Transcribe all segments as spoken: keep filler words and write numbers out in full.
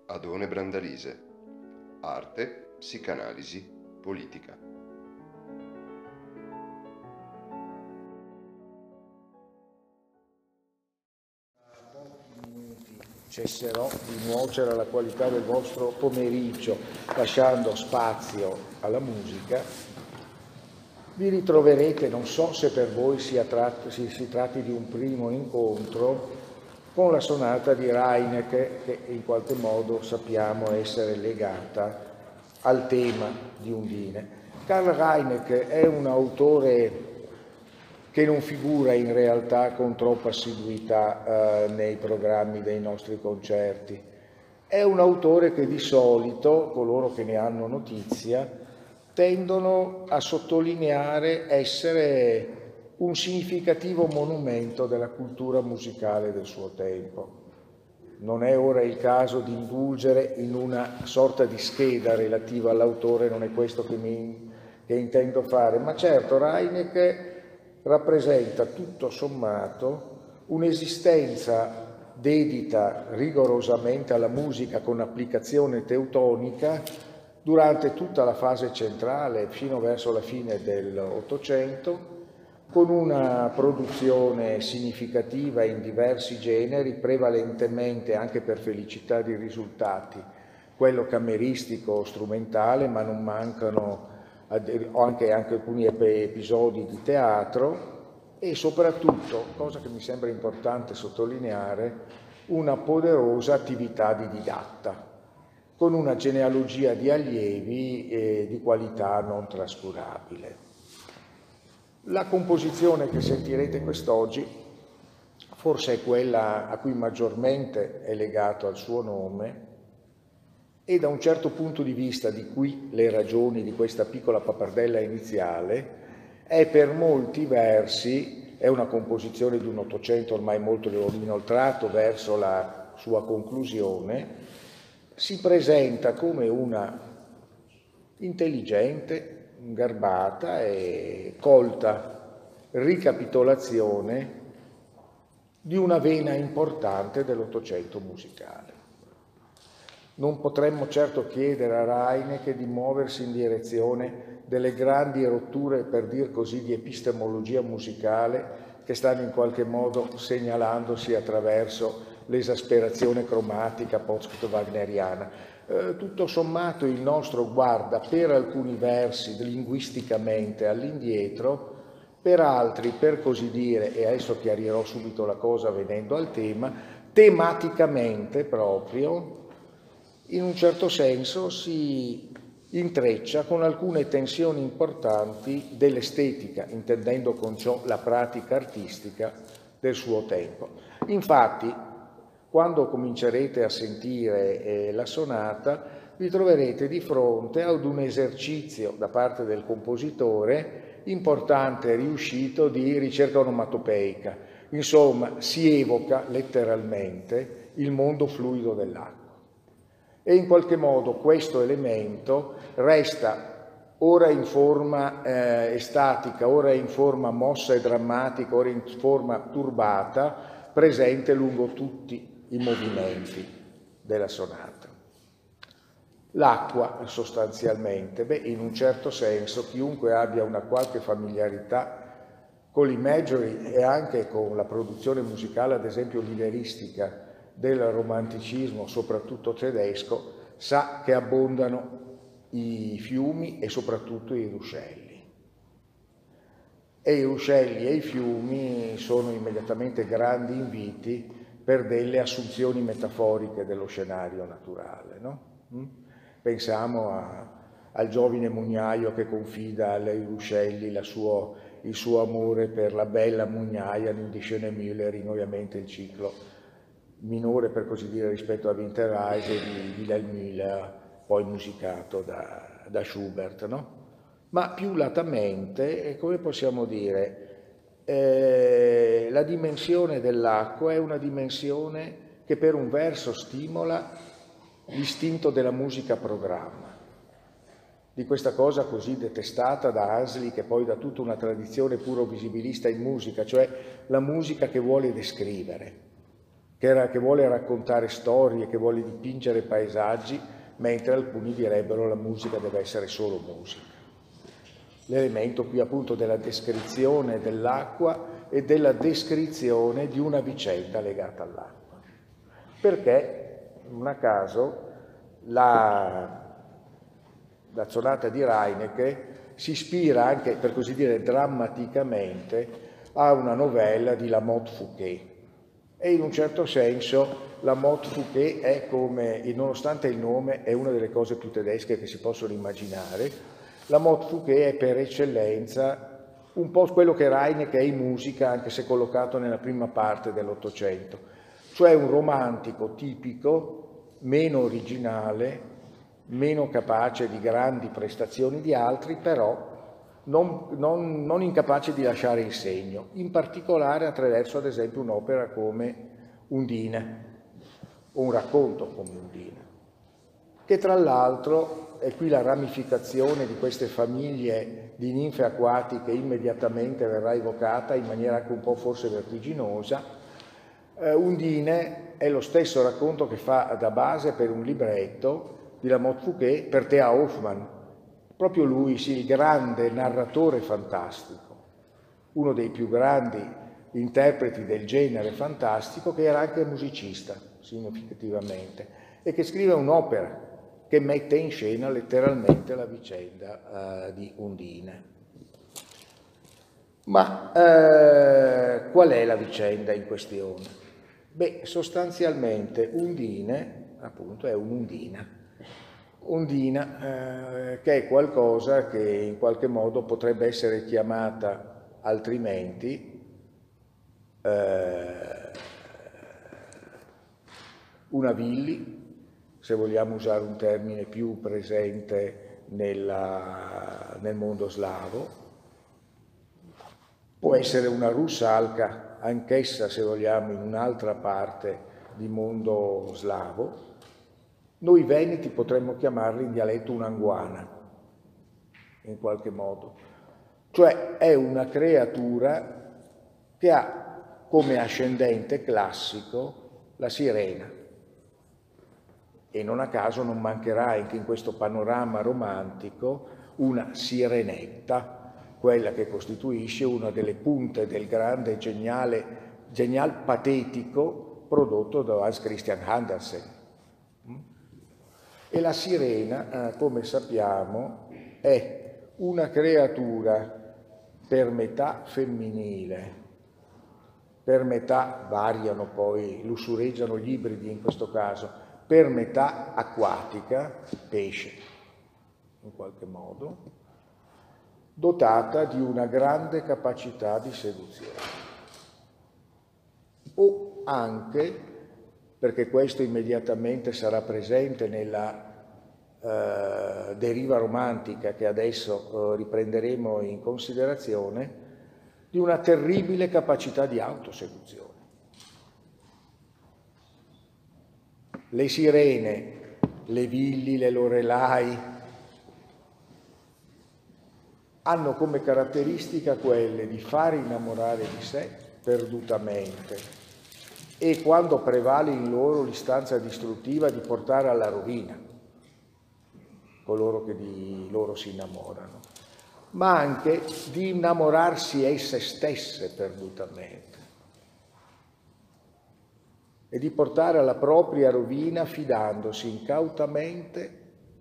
Adone Brandalise. Arte, psicanalisi, politica. Cesserò di nuocere alla qualità del vostro pomeriggio, lasciando spazio alla musica. Vi ritroverete, non so se per voi sia tratti, si, si tratti di un primo incontro, con la sonata di Reinecke, che in qualche modo sappiamo essere legata al tema di Undine. Karl Reinecke è un autore che non figura in realtà con troppa assiduità eh, nei programmi dei nostri concerti. È un autore che di solito, coloro che ne hanno notizia, tendono a sottolineare essere un significativo monumento della cultura musicale del suo tempo. Non è ora il caso di indulgere in una sorta di scheda relativa all'autore, non è questo che, mi, che intendo fare, ma certo Reinecke rappresenta tutto sommato un'esistenza dedita rigorosamente alla musica con applicazione teutonica durante tutta la fase centrale fino verso la fine dell'Ottocento, con una produzione significativa in diversi generi, prevalentemente anche per felicità di risultati, quello cameristico o strumentale, ma non mancano anche, anche alcuni episodi di teatro e soprattutto, cosa che mi sembra importante sottolineare, una poderosa attività di didatta, con una genealogia di allievi eh, di qualità non trascurabile. La composizione che sentirete quest'oggi forse è quella a cui maggiormente è legato al suo nome e da un certo punto di vista, di qui le ragioni di questa piccola pappardella iniziale, è per molti versi, è una composizione di un Ottocento ormai molto inoltrato verso la sua conclusione, si presenta come una intelligente, garbata e colta ricapitolazione di una vena importante dell'Ottocento musicale. Non potremmo certo chiedere a Reinecke di muoversi in direzione delle grandi rotture, per dir così, di epistemologia musicale che stanno in qualche modo segnalandosi attraverso l'esasperazione cromatica post-wagneriana. Eh, tutto sommato il nostro guarda per alcuni versi linguisticamente all'indietro, per altri, per così dire, e adesso chiarirò subito la cosa venendo al tema, tematicamente proprio, in un certo senso si intreccia con alcune tensioni importanti dell'estetica, intendendo con ciò la pratica artistica del suo tempo. Infatti, quando comincerete a sentire eh, la sonata, vi troverete di fronte ad un esercizio da parte del compositore importante e riuscito di ricerca onomatopeica. Insomma, si evoca letteralmente il mondo fluido dell'acqua. E in qualche modo questo elemento resta ora in forma eh, estatica, ora in forma mossa e drammatica, ora in forma turbata, presente lungo tutti i movimenti della sonata. L'acqua, sostanzialmente, beh, in un certo senso, chiunque abbia una qualche familiarità con l'imagery e anche con la produzione musicale, ad esempio liveristica, del romanticismo, soprattutto tedesco, sa che abbondano i fiumi e soprattutto i ruscelli. E i ruscelli e i fiumi sono immediatamente grandi inviti per delle assunzioni metaforiche dello scenario naturale, no? Pensiamo a, al giovine mugnaio che confida ai ruscelli la suo, il suo amore per la bella mugnaia di Schöne Müllerin, ovviamente il ciclo minore per così dire rispetto a Winterreise di Wilhelm Müller, poi musicato da, da Schubert, no? Ma più latamente, come possiamo dire, eh, la dimensione dell'acqua è una dimensione che per un verso stimola l'istinto della musica programma, di questa cosa così detestata da Hanslick e poi da tutta una tradizione puro visibilista in musica, cioè la musica che vuole descrivere. che, era, che vuole raccontare storie, che vuole dipingere paesaggi, mentre alcuni direbbero la musica deve essere solo musica. L'elemento qui appunto della descrizione dell'acqua e della descrizione di una vicenda legata all'acqua. Perché, non a caso, la, la sonata di Reinecke si ispira anche, per così dire, drammaticamente a una novella di La Motte Fouquet. E in un certo senso La Motte Fouquet è come, nonostante il nome, è una delle cose più tedesche che si possono immaginare. La Motte Fouquet è per eccellenza un po' quello che Reinecke è in musica, anche se collocato nella prima parte dell'Ottocento, cioè un romantico tipico, meno originale, meno capace di grandi prestazioni di altri, però non, non, non incapace di lasciare il segno, in particolare attraverso ad esempio un'opera come Undine, o un racconto come Undine, che tra l'altro è qui la ramificazione di queste famiglie di ninfe acquatiche immediatamente verrà evocata in maniera anche un po' forse vertiginosa. Eh, Undine è lo stesso racconto che fa da base per un libretto di La Motte Fouquet per Thea Hoffmann, proprio lui, sì, il grande narratore fantastico, uno dei più grandi interpreti del genere fantastico, che era anche musicista, significativamente, e che scrive un'opera che mette in scena letteralmente la vicenda uh, di Undine. Ma uh, qual è la vicenda in questione? Beh, sostanzialmente Undine, appunto, è un'undina. Undina, eh, che è qualcosa che in qualche modo potrebbe essere chiamata altrimenti eh, una villi, se vogliamo usare un termine più presente nella, nel mondo slavo, può essere una russalka, anch'essa se vogliamo in un'altra parte di mondo slavo. Noi veneti potremmo chiamarli in dialetto un'anguana, in qualche modo. Cioè è una creatura che ha come ascendente classico la sirena. E non a caso non mancherà anche in questo panorama romantico una sirenetta, quella che costituisce una delle punte del grande geniale, genial patetico prodotto da Hans Christian Andersen. E la sirena, eh, come sappiamo, è una creatura per metà femminile, per metà, variano poi, lussureggiano gli ibridi in questo caso, per metà acquatica, pesce in qualche modo, dotata di una grande capacità di seduzione. O anche, perché questo immediatamente sarà presente nella eh, deriva romantica che adesso eh, riprenderemo in considerazione, di una terribile capacità di autoseduzione. Le sirene, le villi, le lorelai hanno come caratteristica quelle di fare innamorare di sé perdutamente e, quando prevale in loro l'istanza distruttiva, di portare alla rovina coloro che di loro si innamorano, ma anche di innamorarsi esse stesse perdutamente e di portare alla propria rovina fidandosi incautamente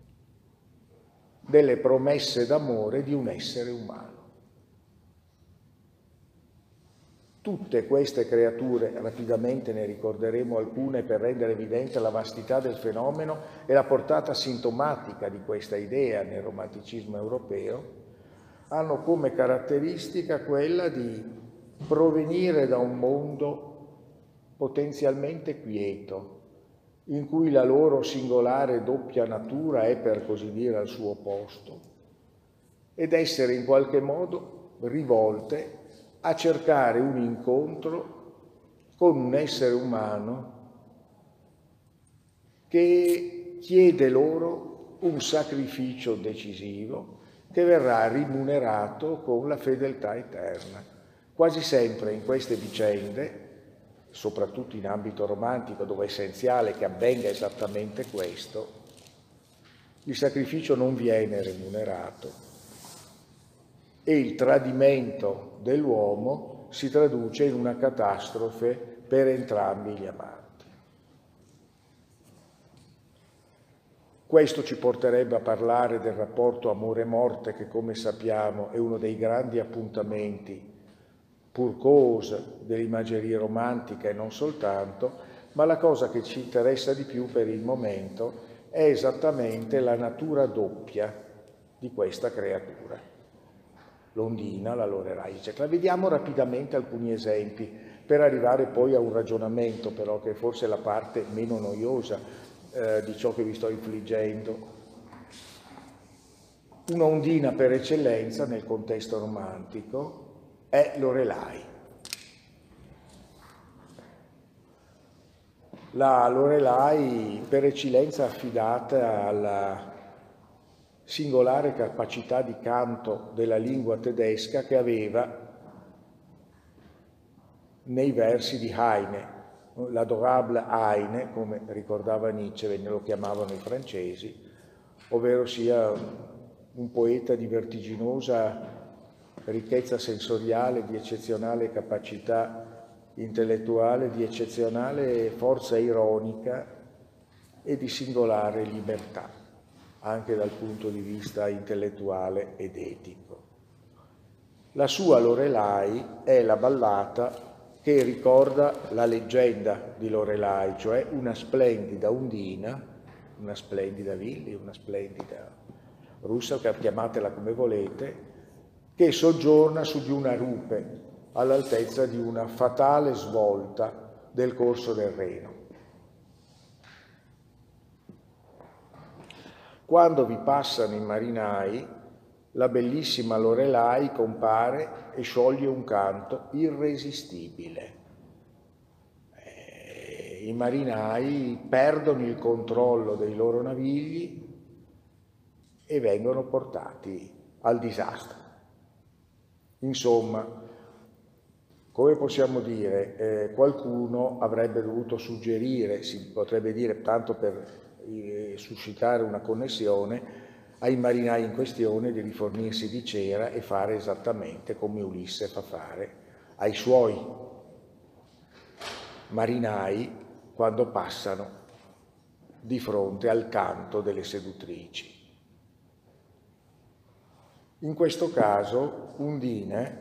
delle promesse d'amore di un essere umano. Tutte queste creature, rapidamente ne ricorderemo alcune per rendere evidente la vastità del fenomeno e la portata sintomatica di questa idea nel romanticismo europeo, hanno come caratteristica quella di provenire da un mondo potenzialmente quieto, in cui la loro singolare doppia natura è, per così dire, al suo posto, ed essere in qualche modo rivolte a cercare un incontro con un essere umano che chiede loro un sacrificio decisivo che verrà rimunerato con la fedeltà eterna. Quasi sempre in queste vicende soprattutto in ambito romantico, dove è essenziale che avvenga esattamente questo, il sacrificio non viene remunerato e il tradimento dell'uomo si traduce in una catastrofe per entrambi gli amanti. Questo ci porterebbe a parlare del rapporto amore-morte, che come sappiamo è uno dei grandi appuntamenti pour cause dell'immaginaria romantica e non soltanto, ma la cosa che ci interessa di più per il momento è esattamente la natura doppia di questa creatura. L'ondina, la Lorelei. La vediamo rapidamente alcuni esempi per arrivare poi a un ragionamento, però, che forse è la parte meno noiosa eh, di ciò che vi sto infliggendo. Una ondina per eccellenza nel contesto romantico è Lorelei. La Lorelei per eccellenza affidata alla singolare capacità di canto della lingua tedesca che aveva nei versi di Heine, l'adorable Heine, come ricordava Nietzsche, ve ne lo chiamavano i francesi, ovvero sia un poeta di vertiginosa ricchezza sensoriale, di eccezionale capacità intellettuale, di eccezionale forza ironica e di singolare libertà, anche dal punto di vista intellettuale ed etico. La sua Lorelei è la ballata che ricorda la leggenda di Lorelei, cioè una splendida ondina, una splendida Willy, una splendida russa, chiamatela come volete, che soggiorna su di una rupe all'altezza di una fatale svolta del corso del Reno. Quando vi passano i marinai, la bellissima Lorelei compare e scioglie un canto irresistibile. Eh, I marinai perdono il controllo dei loro navigli e vengono portati al disastro. Insomma, come possiamo dire, eh, qualcuno avrebbe dovuto suggerire, si potrebbe dire tanto per eh, suscitare una connessione, ai marinai in questione di rifornirsi di cera e fare esattamente come Ulisse fa fare ai suoi marinai quando passano di fronte al canto delle seduttrici. In questo caso Undine,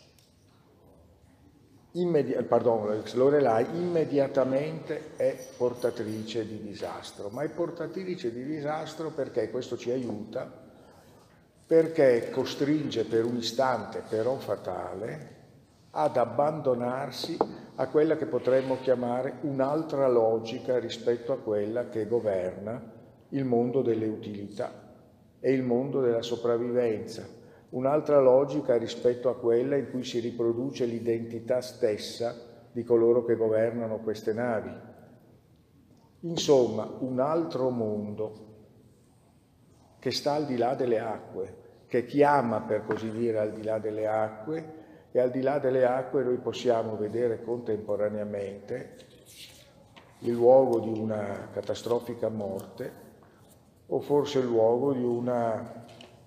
immedi- pardon, Lorelei immediatamente è portatrice di disastro, ma è portatrice di disastro perché questo ci aiuta, perché costringe per un istante, però fatale, ad abbandonarsi a quella che potremmo chiamare un'altra logica rispetto a quella che governa il mondo delle utilità e il mondo della sopravvivenza, un'altra logica rispetto a quella in cui si riproduce l'identità stessa di coloro che governano queste navi. Insomma, un altro mondo che sta al di là delle acque, che chiama, per così dire, al di là delle acque, e al di là delle acque noi possiamo vedere contemporaneamente il luogo di una catastrofica morte o forse il luogo di una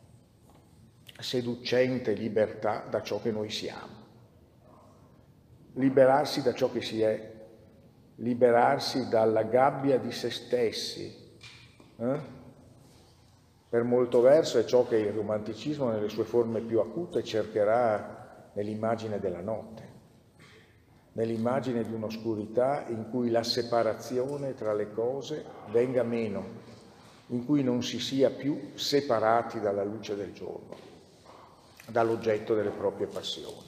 seducente libertà da ciò che noi siamo. Liberarsi da ciò che si è, liberarsi dalla gabbia di se stessi. Eh? Per molto verso è ciò che il romanticismo nelle sue forme più acute cercherà nell'immagine della notte, nell'immagine di un'oscurità in cui la separazione tra le cose venga meno, in cui non si sia più separati dalla luce del giorno, dall'oggetto delle proprie passioni.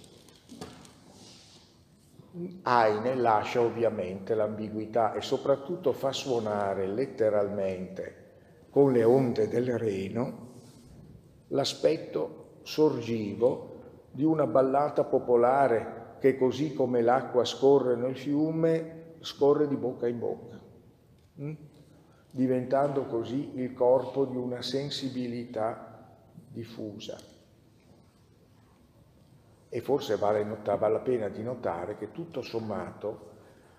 Heine lascia ovviamente l'ambiguità e soprattutto fa suonare letteralmente con le onde del Reno l'aspetto sorgivo di una ballata popolare che, così come l'acqua scorre nel fiume, scorre di bocca in bocca, hm? diventando così il corpo di una sensibilità diffusa. E forse vale, vale la pena di notare che tutto sommato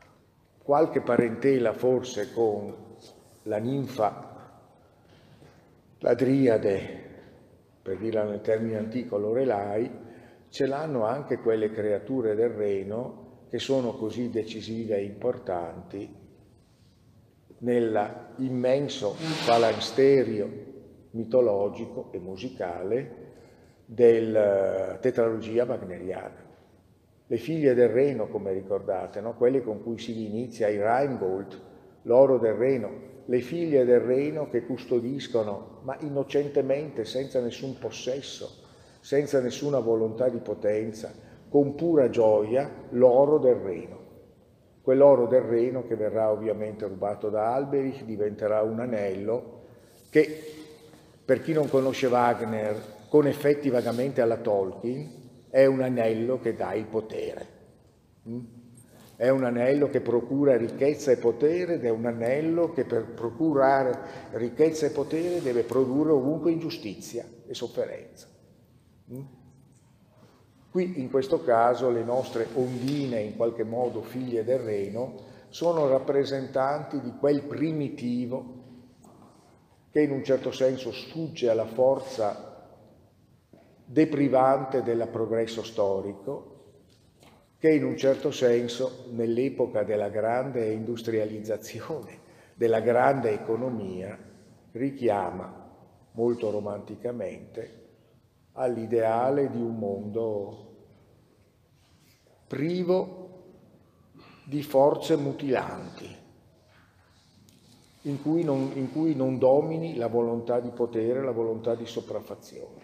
qualche parentela forse con la ninfa, la driade, per dirla nel termine antico, Lorelai, ce l'hanno anche quelle creature del Reno che sono così decisive e importanti nell'immenso falansterio mitologico e musicale della tetralogia wagneriana. Le figlie del Reno, come ricordate, no? Quelle con cui si inizia i Rheingold, l'oro del Reno, le figlie del Reno che custodiscono, ma innocentemente, senza nessun possesso, senza nessuna volontà di potenza, con pura gioia, l'oro del Reno. Quell'oro del Reno che verrà ovviamente rubato da Alberich, diventerà un anello che, per chi non conosce Wagner, con effetti vagamente alla Tolkien, è un anello che dà il potere. È un anello che procura ricchezza e potere ed è un anello che per procurare ricchezza e potere deve produrre ovunque ingiustizia e sofferenza. Qui in questo caso le nostre ondine, in qualche modo figlie del Reno, sono rappresentanti di quel primitivo che in un certo senso sfugge alla forza deprivante del progresso storico, che in un certo senso nell'epoca della grande industrializzazione, della grande economia, richiama molto romanticamente all'ideale di un mondo privo di forze mutilanti, in cui non, in cui non domini la volontà di potere, la volontà di sopraffazione.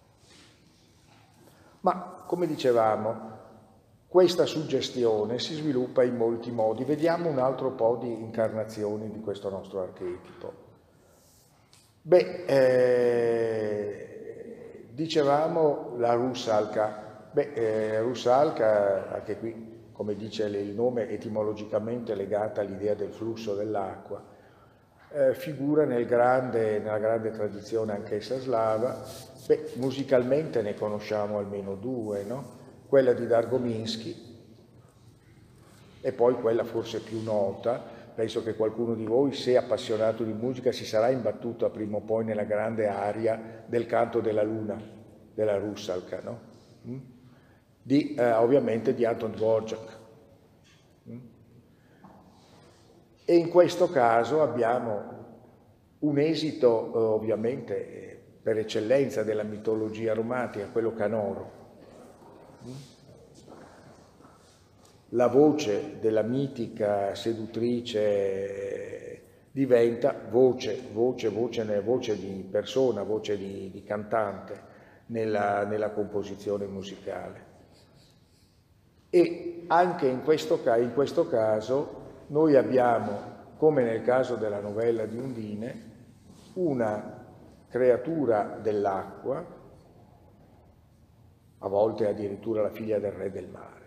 Ma, come dicevamo, questa suggestione si sviluppa in molti modi. Vediamo un altro po' di incarnazioni di questo nostro archetipo. Beh, eh, dicevamo la Rusalka. Beh, eh, Rusalka, anche qui, come dice il nome, etimologicamente legata all'idea del flusso dell'acqua, eh, figura nel grande, nella grande tradizione anch'essa slava. Beh, musicalmente ne conosciamo almeno due, no? Quella di Dargominsky e poi quella forse più nota. Penso che qualcuno di voi, se appassionato di musica, si sarà imbattuto prima o poi nella grande aria del canto della luna, della Rusalka, no? Di, eh, ovviamente di Anton Dvorak. E in questo caso abbiamo un esito, eh, ovviamente, per eccellenza della mitologia romantica, quello canoro. La voce della mitica seduttrice diventa voce, voce, voce, voce di persona, voce di, di cantante nella, nella composizione musicale. E anche in questo, in questo caso noi abbiamo, come nel caso della novella di Undine, una creatura dell'acqua, a volte addirittura la figlia del re del mare.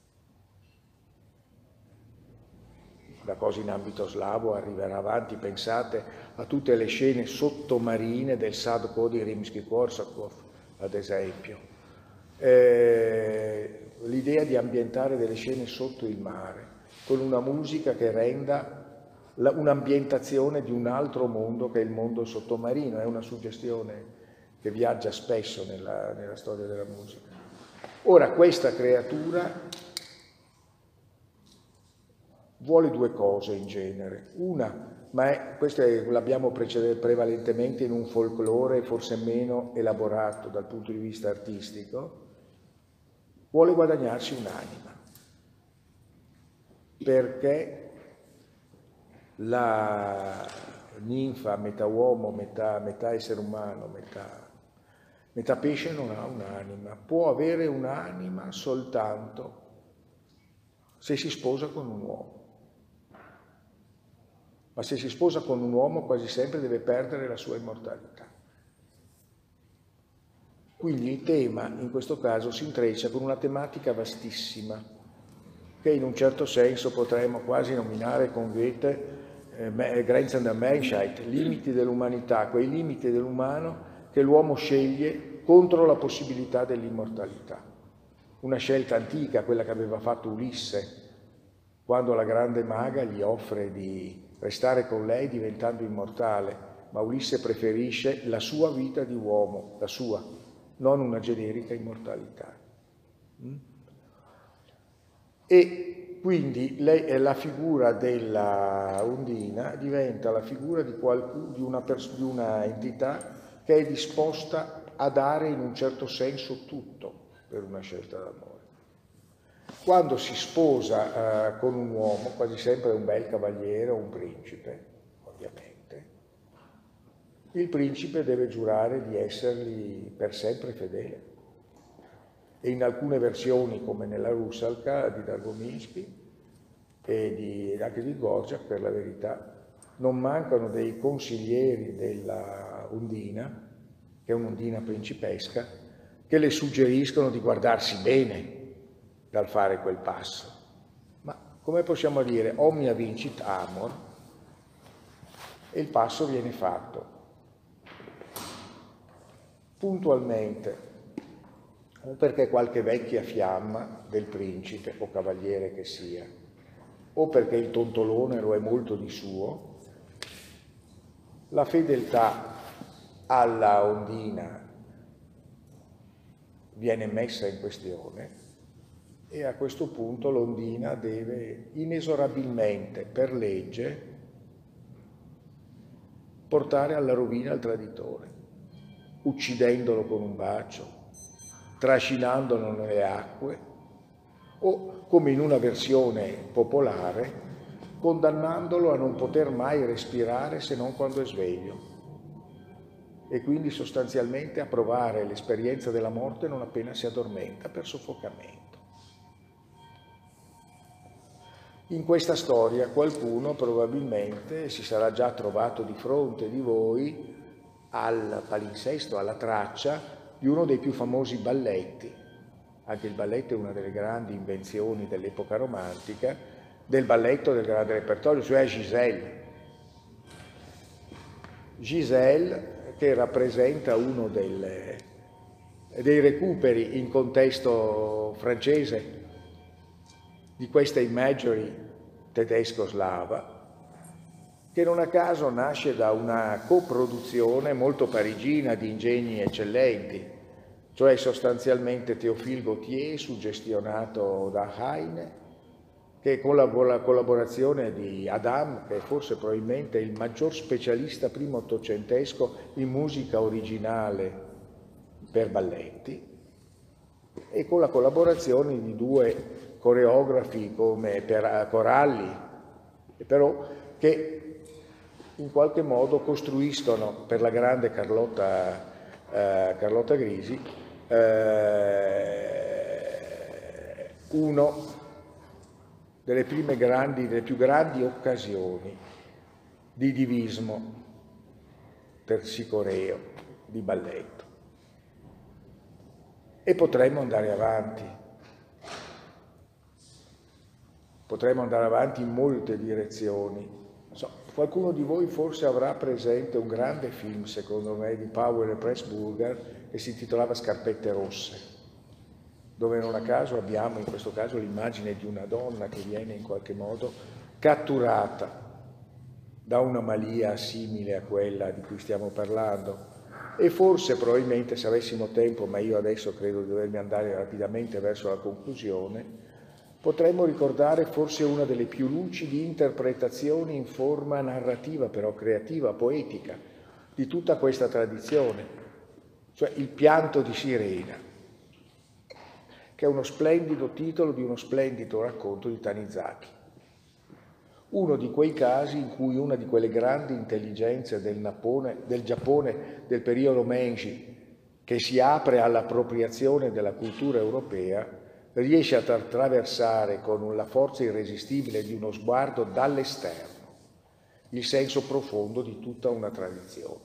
La cosa in ambito slavo arriverà avanti, pensate a tutte le scene sottomarine del Sadko di Rimsky-Korsakov, ad esempio. Eh, l'idea di ambientare delle scene sotto il mare, con una musica che renda un'ambientazione di un altro mondo che è il mondo sottomarino, è una suggestione che viaggia spesso nella, nella storia della musica. Ora, questa creatura vuole due cose in genere. Una, ma è, questo l'abbiamo prevalentemente in un folklore forse meno elaborato dal punto di vista artistico, vuole guadagnarsi un'anima, perché la ninfa, metà uomo, metà, metà essere umano, metà, metà pesce, non ha un'anima. Può avere un'anima soltanto se si sposa con un uomo. Ma se si sposa con un uomo quasi sempre deve perdere la sua immortalità. Quindi il tema in questo caso si intreccia con una tematica vastissima che in un certo senso potremmo quasi nominare con Goethe eh, Grenzen der Menschheit, limiti dell'umanità, quei limiti dell'umano che l'uomo sceglie contro la possibilità dell'immortalità. Una scelta antica, quella che aveva fatto Ulisse quando la grande maga gli offre di restare con lei diventando immortale, ma Ulisse preferisce la sua vita di uomo, la sua, non una generica immortalità. E quindi lei, la figura della Undina diventa la figura di, qualcuno, di, una di una entità che è disposta a dare in un certo senso tutto per una scelta d'amore. Quando si sposa eh, con un uomo, quasi sempre un bel cavaliere o un principe, ovviamente, il principe deve giurare di essergli per sempre fedele. E in alcune versioni, come nella Rusalka di Dragominsky e di, anche di Dvořák, per la verità, non mancano dei consiglieri della Undina, che è un'Undina principesca, che le suggeriscono di guardarsi bene dal fare quel passo. Ma come possiamo dire, omnia vincit amor, e il passo viene fatto puntualmente, o perché qualche vecchia fiamma del principe o cavaliere che sia, o perché il tontolone lo è molto di suo, la fedeltà alla Ondina viene messa in questione e a questo punto l'Ondina deve inesorabilmente, per legge, portare alla rovina il traditore, uccidendolo con un bacio, trascinandolo nelle acque o, come in una versione popolare, condannandolo a non poter mai respirare se non quando è sveglio e quindi sostanzialmente a provare l'esperienza della morte non appena si addormenta per soffocamento. In questa storia qualcuno probabilmente si sarà già trovato di fronte di voi al palinsesto, alla traccia di uno dei più famosi balletti. Anche il balletto è una delle grandi invenzioni dell'epoca romantica, del balletto del grande repertorio, cioè Giselle. Giselle che rappresenta uno delle, dei recuperi in contesto francese di questa imagery tedesco-slava, che non a caso nasce da una coproduzione molto parigina di ingegni eccellenti, cioè sostanzialmente Théophile Gautier, suggestionato da Heine, che con la collaborazione di Adam, che è forse probabilmente il maggior specialista primo ottocentesco in musica originale per balletti, e con la collaborazione di due coreografi come per Coralli, però che in qualche modo costruiscono per la grande Carlotta, eh, Carlotta Grisi eh, uno delle prime grandi, delle più grandi occasioni di divismo tersicoreo di balletto. E potremmo andare avanti, potremmo andare avanti in molte direzioni. So, qualcuno di voi forse avrà presente un grande film, secondo me, di Powell e Pressburger, che si intitolava Scarpette rosse, dove non a caso abbiamo in questo caso l'immagine di una donna che viene in qualche modo catturata da una malia simile a quella di cui stiamo parlando. E forse, probabilmente, se avessimo tempo, ma io adesso credo di dovermi andare rapidamente verso la conclusione, potremmo ricordare forse una delle più lucidi interpretazioni in forma narrativa, però creativa, poetica, di tutta questa tradizione, cioè Il pianto di Sirena, che è uno splendido titolo di uno splendido racconto di Tanizaki. Uno di quei casi in cui una di quelle grandi intelligenze del, Napone, del Giappone del periodo Meiji, che si apre all'appropriazione della cultura europea, riesce a attraversare con la forza irresistibile di uno sguardo dall'esterno il senso profondo di tutta una tradizione.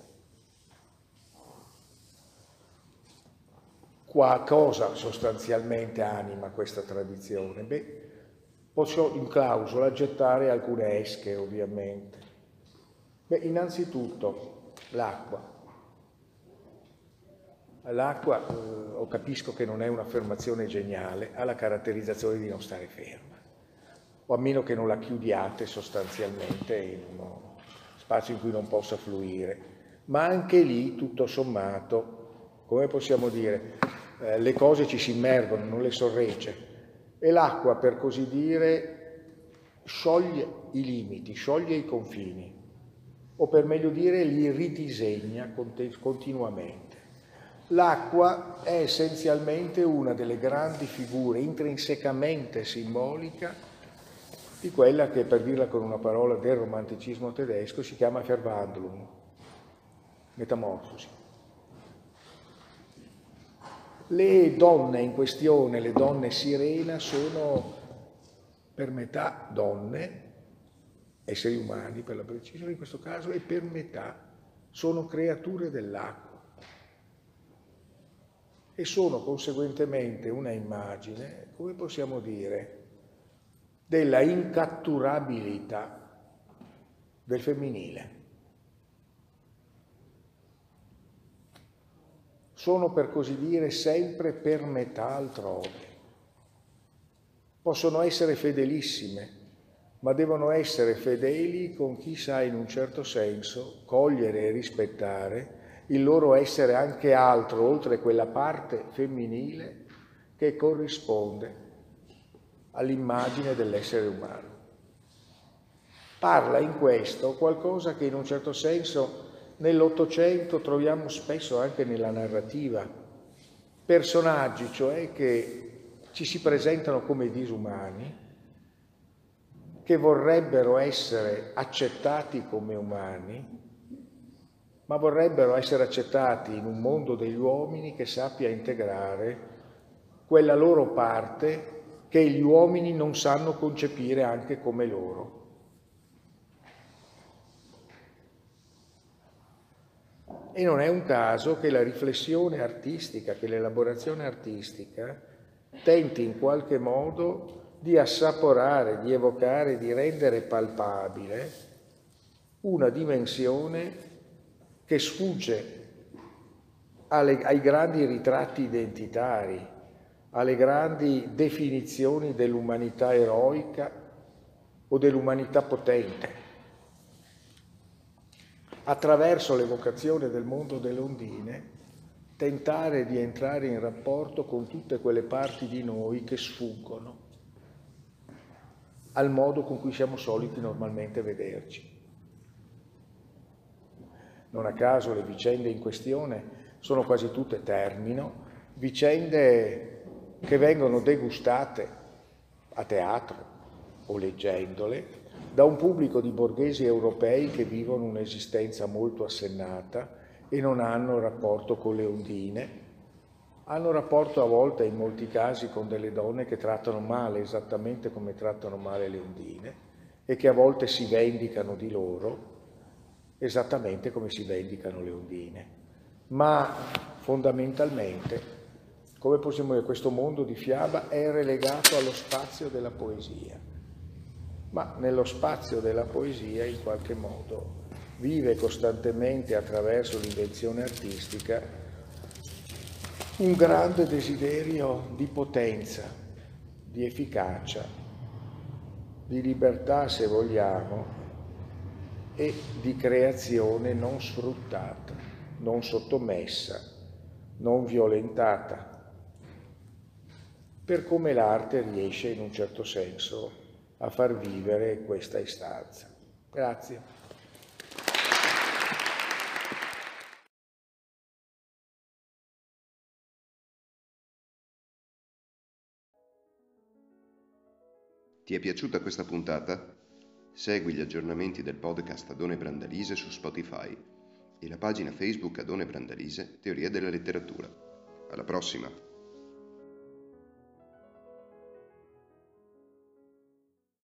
Qua cosa sostanzialmente anima questa tradizione? Beh, posso in clausola gettare alcune esche, ovviamente. Beh, innanzitutto l'acqua. L'acqua, eh, capisco che non è un'affermazione geniale, ha la caratterizzazione di non stare ferma. o a meno che non la chiudiate sostanzialmente in uno spazio in cui non possa fluire. Ma anche lì, tutto sommato, come possiamo dire, eh, le cose ci si immergono, non le sorregge. E l'acqua, per così dire, scioglie i limiti, scioglie i confini, o per meglio dire li ridisegna continuamente. L'acqua è essenzialmente una delle grandi figure intrinsecamente simbolica di quella che, per dirla con una parola del romanticismo tedesco, si chiama Verwandlung, metamorfosi. Le donne in questione, le donne sirena, sono per metà donne, esseri umani per la precisione in questo caso, e per metà sono creature dell'acqua. E sono conseguentemente una immagine, come possiamo dire, della incatturabilità del femminile. Sono, per così dire, sempre per metà altrove. Possono essere fedelissime, ma devono essere fedeli con chi sa in un certo senso cogliere e rispettare il loro essere anche altro, oltre quella parte femminile che corrisponde all'immagine dell'essere umano. Parla in questo qualcosa che in un certo senso nell'Ottocento troviamo spesso anche nella narrativa. Personaggi, cioè, che ci si presentano come disumani, che vorrebbero essere accettati come umani, ma vorrebbero essere accettati in un mondo degli uomini che sappia integrare quella loro parte che gli uomini non sanno concepire anche come loro. E non è un caso che la riflessione artistica, che l'elaborazione artistica tenti in qualche modo di assaporare, di evocare, di rendere palpabile una dimensione che sfugge alle, ai grandi ritratti identitari, alle grandi definizioni dell'umanità eroica o dell'umanità potente. Attraverso l'evocazione del mondo delle ondine, tentare di entrare in rapporto con tutte quelle parti di noi che sfuggono al modo con cui siamo soliti normalmente vederci. Non a caso le vicende in questione sono quasi tutte termino, vicende che vengono degustate a teatro o leggendole da un pubblico di borghesi europei che vivono un'esistenza molto assennata e non hanno rapporto con le ondine, hanno rapporto a volte in molti casi con delle donne che trattano male esattamente come trattano male le ondine e che a volte si vendicano di loro esattamente come si vendicano le ondine. Ma fondamentalmente, come possiamo dire, questo mondo di fiaba è relegato allo spazio della poesia, ma nello spazio della poesia in qualche modo vive costantemente attraverso l'invenzione artistica un grande desiderio di potenza, di efficacia, di libertà se vogliamo, e di creazione non sfruttata, non sottomessa, non violentata, per come l'arte riesce in un certo senso a far vivere questa istanza. Grazie. Ti è piaciuta questa puntata? Segui gli aggiornamenti del podcast Adone Brandalise su Spotify e la pagina Facebook Adone Brandalise Teoria della letteratura. Alla prossima!